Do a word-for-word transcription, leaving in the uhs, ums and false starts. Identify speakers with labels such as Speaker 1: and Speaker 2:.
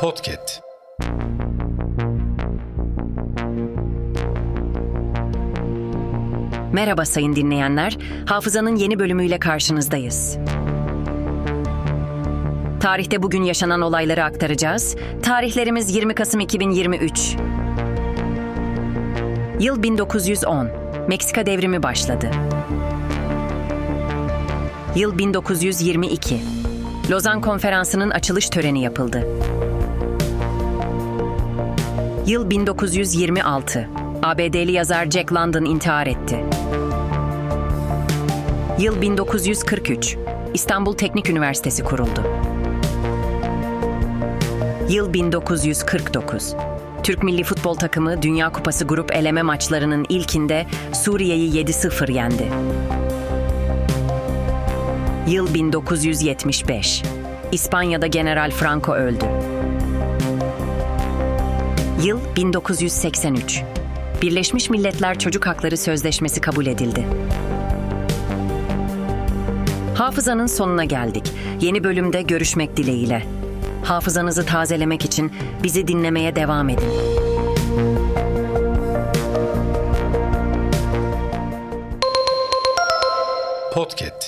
Speaker 1: Podcast.
Speaker 2: Merhaba sayın dinleyenler, Hafızanın yeni bölümüyle karşınızdayız. Tarihte bugün yaşanan olayları aktaracağız. Tarihlerimiz yirmi Kasım iki bin yirmi üç. Yıl bin dokuz yüz on. Meksika Devrimi başladı. Yıl bin dokuz yüz yirmi iki. Lozan Konferansı'nın açılış töreni yapıldı. Yıl bin dokuz yüz yirmi altı. A B D'li yazar Jack London intihar etti. Yıl bin dokuz yüz kırk üç. İstanbul Teknik Üniversitesi kuruldu. Yıl bin dokuz yüz kırk dokuz. Türk milli futbol takımı Dünya Kupası grup eleme maçlarının ilkinde Suriye'yi yedi sıfır yendi. Yıl bin dokuz yüz yetmiş beş. İspanya'da General Franco öldü. Yıl bin dokuz yüz seksen üç. Birleşmiş Milletler Çocuk Hakları Sözleşmesi kabul edildi. Hafızanın sonuna geldik. Yeni bölümde görüşmek dileğiyle. Hafızanızı tazelemek için bizi dinlemeye devam edin.
Speaker 1: Podcast.